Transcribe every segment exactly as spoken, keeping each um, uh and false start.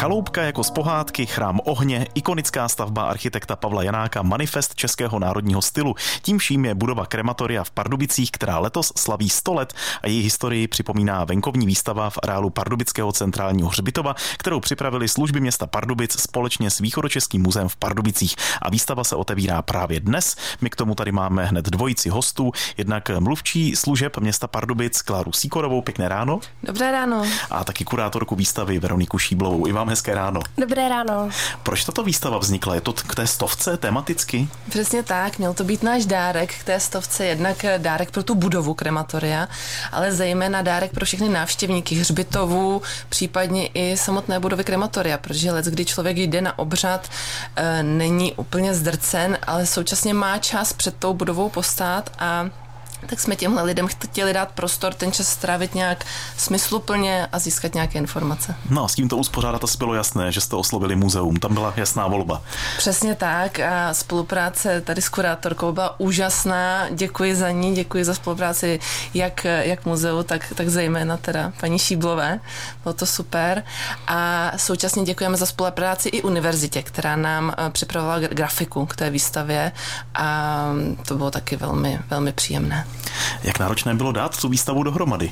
Chaloupka jako z pohádky, chrám ohně, ikonická stavba architekta Pavla Janáka, manifest českého národního stylu. Tím vším je budova krematoria v Pardubicích, která letos slaví sto let a její historii připomíná venkovní výstava v areálu Pardubického centrálního hřbitova, kterou připravili služby města Pardubic společně s Východočeským muzeem v Pardubicích. A výstava se otevírá právě dnes. My k tomu tady máme hned dvojici hostů, jednak mluvčí služeb města Pardubic Kláru Sýkorovou, pěkné ráno. Dobré ráno. A taky kurátorku výstavy Veroniku Šíblovou. I vám hezké ráno. Dobré ráno. Proč tato výstava vznikla? Je to k té stovce tematicky? Přesně tak, měl to být náš dárek k té stovce, jednak dárek pro tu budovu krematoria, ale zejména dárek pro všechny návštěvníky hřbitovů, případně i samotné budovy krematoria, protože let, kdy člověk jde na obřad, e, není úplně zdrcen, ale současně má čas před tou budovou postát a tak jsme těmhle lidem chtěli dát prostor, ten čas strávit nějak smysluplně a získat nějaké informace. No a s tímto uspořádat asi bylo jasné, že jste oslovili muzeum, tam byla jasná volba. Přesně tak a spolupráce tady s kurátorkou byla úžasná, děkuji za ní, děkuji za spolupráci jak, jak muzeu, tak, tak zejména teda paní Šíblové, bylo to super a současně děkujeme za spolupráci i univerzitě, která nám připravovala grafiku k té výstavě a to bylo taky velmi, velmi příjemné. Jak náročné bylo dát tu výstavu dohromady?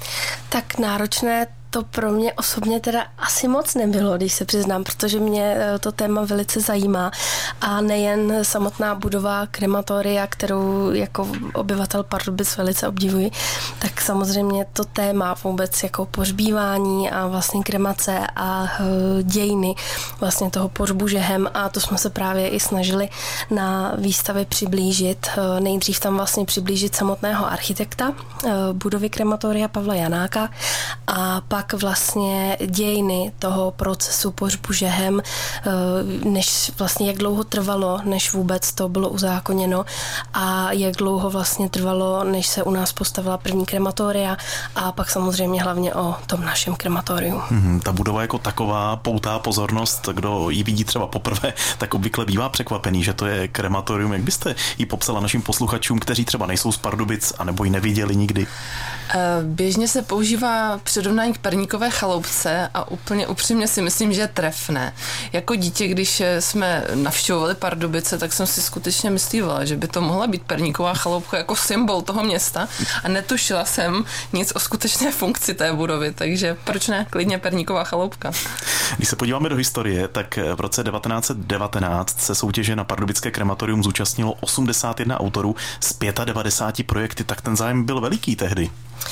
Tak náročné to pro mě osobně teda asi moc nebylo, když se přiznám, protože mě to téma velice zajímá a nejen samotná budova krematoria, kterou jako obyvatel Pardubic velice obdivuji, tak samozřejmě to téma vůbec jako pohřbívání a vlastně kremace a dějiny vlastně toho pohřbu žehem a to jsme se právě i snažili na výstavě přiblížit. Nejdřív tam vlastně přiblížit samotného architekta budovy krematoria Pavla Janáka a pak vlastně dějiny toho procesu pohřbu žehem, než vlastně jak dlouho trvalo, než vůbec to bylo uzákoněno a jak dlouho vlastně trvalo, než se u nás postavila první krematoria a pak samozřejmě hlavně o tom našem krematoriu. Hmm, ta budova jako taková poutá pozornost, kdo ji vidí třeba poprvé, tak obvykle bývá překvapený, že to je krematorium. Jak byste ji popsala našim posluchačům, kteří třeba nejsou z Pardubic anebo ji neviděli nikdy? Běžně se používá přirovnání k perníkové chaloupce a úplně upřímně si myslím, že je trefné. Jako dítě, když jsme navštěvovali Pardubice, tak jsem si skutečně myslela, že by to mohla být perníková chaloupka jako symbol toho města a netušila jsem nic o skutečné funkci té budovy, takže proč ne, klidně perníková chaloupka. Když se podíváme do historie, tak v roce devatenáct set devatenáct se soutěže na pardubické krematorium zúčastnilo osmdesát jedna autorů z devadesát pět projekty, tak ten zájem byl veliký tehdy.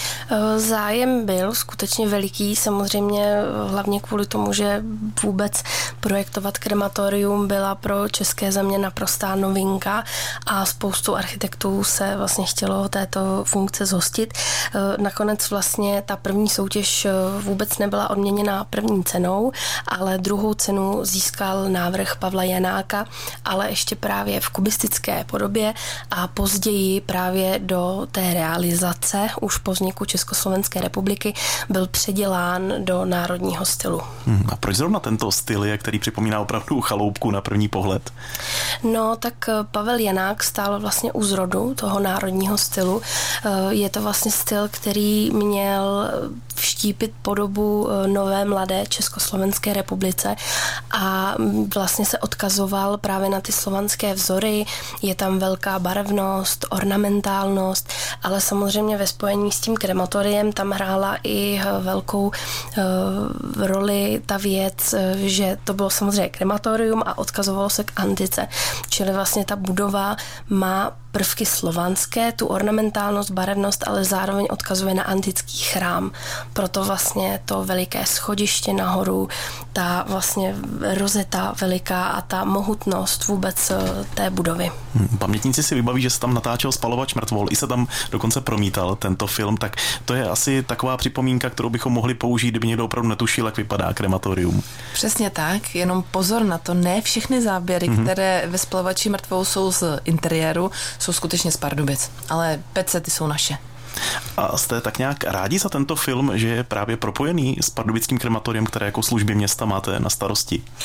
Zájem byl skutečně veliký, samozřejmě hlavně kvůli tomu, že vůbec projektovat krematorium byla pro české země naprostá novinka a spoustu architektů se vlastně chtělo této funkce zhostit. Nakonec vlastně ta první soutěž vůbec nebyla odměněna první cenou, ale druhou cenu získal návrh Pavla Janáka, ale ještě právě v kubistické podobě a později právě do té realizace už po vzniku Československé republiky byl předělán do národního stylu. Hmm, a proč zrovna tento styl je, který připomíná opravdu chaloupku na první pohled? No, tak Pavel Janák stál vlastně u zrodu toho národního stylu. Je to vlastně styl, který měl vštípit podobu nové mladé Československé republice a vlastně se odkazoval právě na ty slovanské vzory. Je tam velká barevnost, ornamentálnost, ale samozřejmě ve spojení s tím krematoriem tam hrála i velkou uh, roli ta věc, že to bylo samozřejmě krematorium a odkazovalo se k antice. Čili vlastně ta budova má prvky slovanské, tu ornamentálnost, barevnost, ale zároveň odkazuje na antický chrám. Proto vlastně to veliké schodiště nahoru, ta vlastně rozeta veliká a ta mohutnost vůbec té budovy. Hmm, pamětníci si vybaví, že se tam natáčel Spalovač mrtvol, i se tam dokonce promítal tento film, tak to je asi taková připomínka, kterou bychom mohli použít, kdyby někdo opravdu netušil, jak vypadá krematorium. Přesně tak, jenom pozor na to, ne všechny záběry, mm-hmm. které ve Spalovači mrtvol jsou z interiéru, jsou skutečně z Pardubic, ale pece ty jsou naše. A jste tak nějak rádi za tento film, že je právě propojený s pardubickým krematoriem, které jako služby města máte na starosti?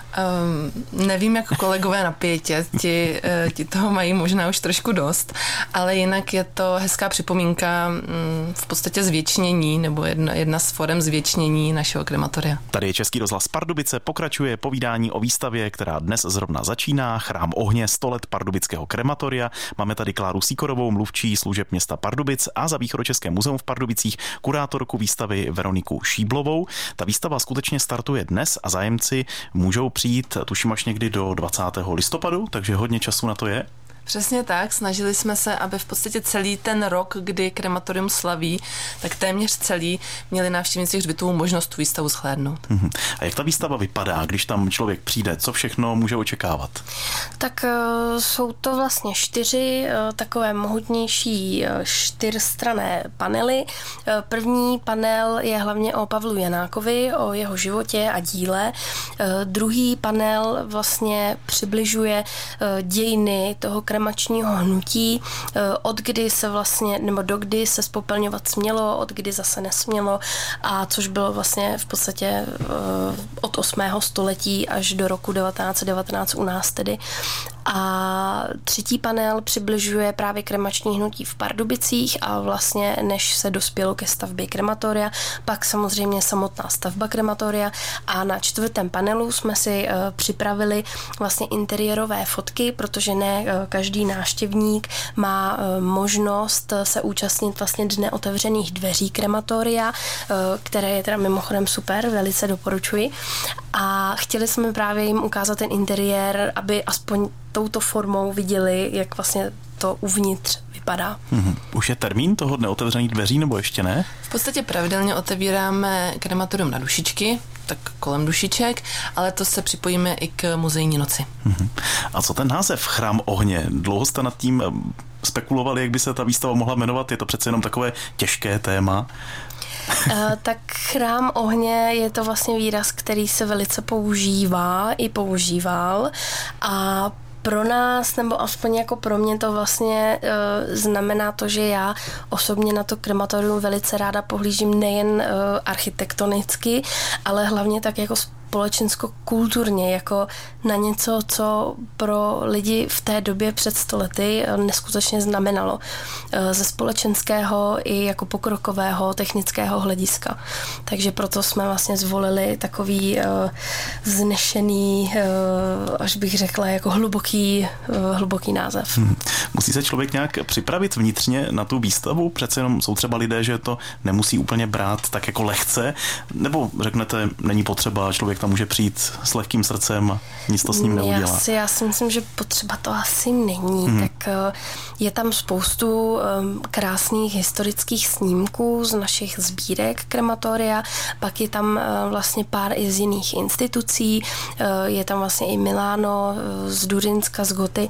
Um, nevím, jak kolegové na Pětě, ti, ti toho mají možná už trošku dost, ale jinak je to hezká připomínka um, v podstatě zvěčnění, nebo jedna, jedna z forem zvěčnění našeho krematoria. Tady je Český rozhlas Pardubice, pokračuje povídání o výstavě, která dnes zrovna začíná, Chrám ohně sto let pardubického krematoria. Máme tady Kláru Sýkorovou, mluvčí služeb města Pardubic, a za Východočeské muzeum v Pardubicích kurátorku výstavy Veroniku Šíblovou. Ta výstava skutečně startuje dnes a zájemci můžou přijít, tuším, až někdy do dvacátého listopadu, takže hodně času na to je. Přesně tak, snažili jsme se, aby v podstatě celý ten rok, kdy krematorium slaví, tak téměř celý měli návštěvníci hřbitovů možnost tu výstavu shlédnout. Uhum. A jak ta výstava vypadá, když tam člověk přijde, co všechno může očekávat? Tak uh, jsou to vlastně čtyři uh, takové mohutnější uh, čtyřstranné panely. Uh, první panel je hlavně o Pavlu Janákovi, o jeho životě a díle. Uh, druhý panel vlastně přibližuje uh, dějiny toho kremačního hnutí, od kdy se vlastně, nebo do kdy se spopelňovat smělo, od kdy zase nesmělo, a což bylo vlastně v podstatě od osmého století až do roku devatenáct set devatenáct u nás tedy. A třetí panel přibližuje právě kremační hnutí v Pardubicích a vlastně než se dospělo ke stavbě krematoria, pak samozřejmě samotná stavba krematoria, a na čtvrtém panelu jsme si uh, připravili vlastně interiérové fotky, protože ne uh, každý návštěvník má uh, možnost se účastnit vlastně dne otevřených dveří krematoria, uh, které je teda mimochodem super, velice doporučuji. A chtěli jsme právě jim ukázat ten interiér, aby aspoň touto formou viděli, jak vlastně to uvnitř vypadá. Mm-hmm. Už je termín toho dne otevřených dveří, nebo ještě ne? V podstatě pravidelně otevíráme krematorium na dušičky, tak kolem dušiček, ale to se připojíme i k muzejní noci. Mm-hmm. A co ten název Chrám ohně? Dlouho jste nad tím spekulovali, jak by se ta výstava mohla jmenovat? Je to přece jenom takové těžké téma. Uh, tak Chrám ohně je to vlastně výraz, který se velice používá i používal, a pro nás, nebo aspoň jako pro mě, to vlastně uh, znamená to, že já osobně na to krematorium velice ráda pohlížím nejen uh, architektonicky, ale hlavně tak jako společensko-kulturně, jako na něco, co pro lidi v té době před sto lety neskutečně znamenalo. Ze společenského i jako pokrokového technického hlediska. Takže proto jsme vlastně zvolili takový uh, vznešený, uh, až bych řekla, jako hluboký, uh, hluboký název. Hmm. Musí se člověk nějak připravit vnitřně na tu výstavu? Přece jenom jsou třeba lidé, že to nemusí úplně brát tak jako lehce, nebo řeknete, není potřeba, člověk tam může přijít s lehkým srdcem, nic to s ním neudělá. Já si, já si myslím, že potřeba to asi není. Hmm. Tak je tam spoustu um, krásných historických snímků z našich sbírek krematoria, pak je tam uh, vlastně pár i z jiných institucí, uh, je tam vlastně i Miláno, uh, z Durinska, z Goty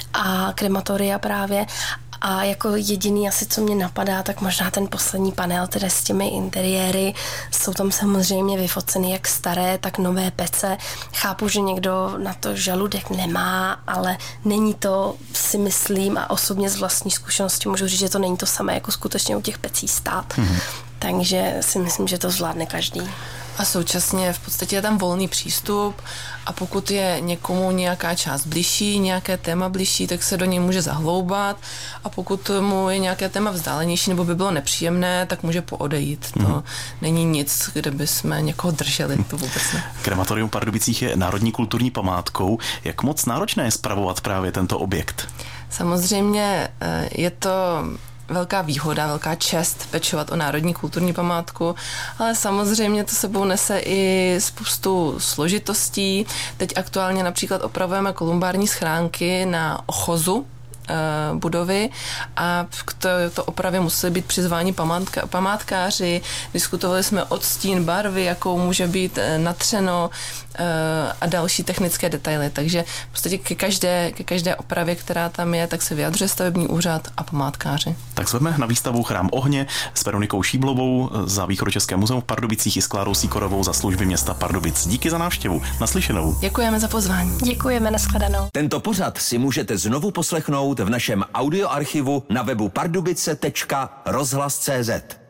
a krematoria právě. A jako jediný asi, co mě napadá, tak možná ten poslední panel, tedy s těmi interiéry. Jsou tam samozřejmě vyfoceny jak staré, tak nové pece. Chápu, že někdo na to žaludek nemá, ale není to, si myslím, a osobně z vlastní zkušenosti můžu říct, že to není to samé, jako skutečně u těch pecí stát. Mm-hmm. Takže si myslím, že to zvládne každý. A současně v podstatě je tam volný přístup, a pokud je někomu nějaká část bližší, nějaké téma bližší, tak se do něj může zahloubat, a pokud mu je nějaké téma vzdálenější nebo by bylo nepříjemné, tak může poodejít. Mm. To není nic, kde bychom někoho drželi, to vůbec ne. Krematorium v Pardubicích je národní kulturní památkou. Jak moc náročné je spravovat právě tento objekt? Samozřejmě je to velká výhoda, velká čest pečovat o národní kulturní památku, ale samozřejmě to sebou nese i spoustu složitostí. Teď aktuálně například opravujeme kolumbární schránky na ochozu budovy, a k této opravě museli být přizváni památka, památkáři. Diskutovali jsme odstín barvy, jakou může být natřeno, a další technické detaily. Takže v podstatě ke každé, ke každé opravě, která tam je, tak se vyjadřuje stavební úřad a památkáři. Tak jsme na výstavu Chrám ohně s Veronikou Šíblovou za Východočeské muzeum v Pardubicích i s Klárou Sýkorovou za služby města Pardubic. Díky za návštěvu. Naslyšenou. Děkujeme za pozvání. Děkujeme, nashledanou. Tento pořad si můžete znovu poslechnout v našem audioarchivu na webu pardubice tečka rozhlas tečka cé zet.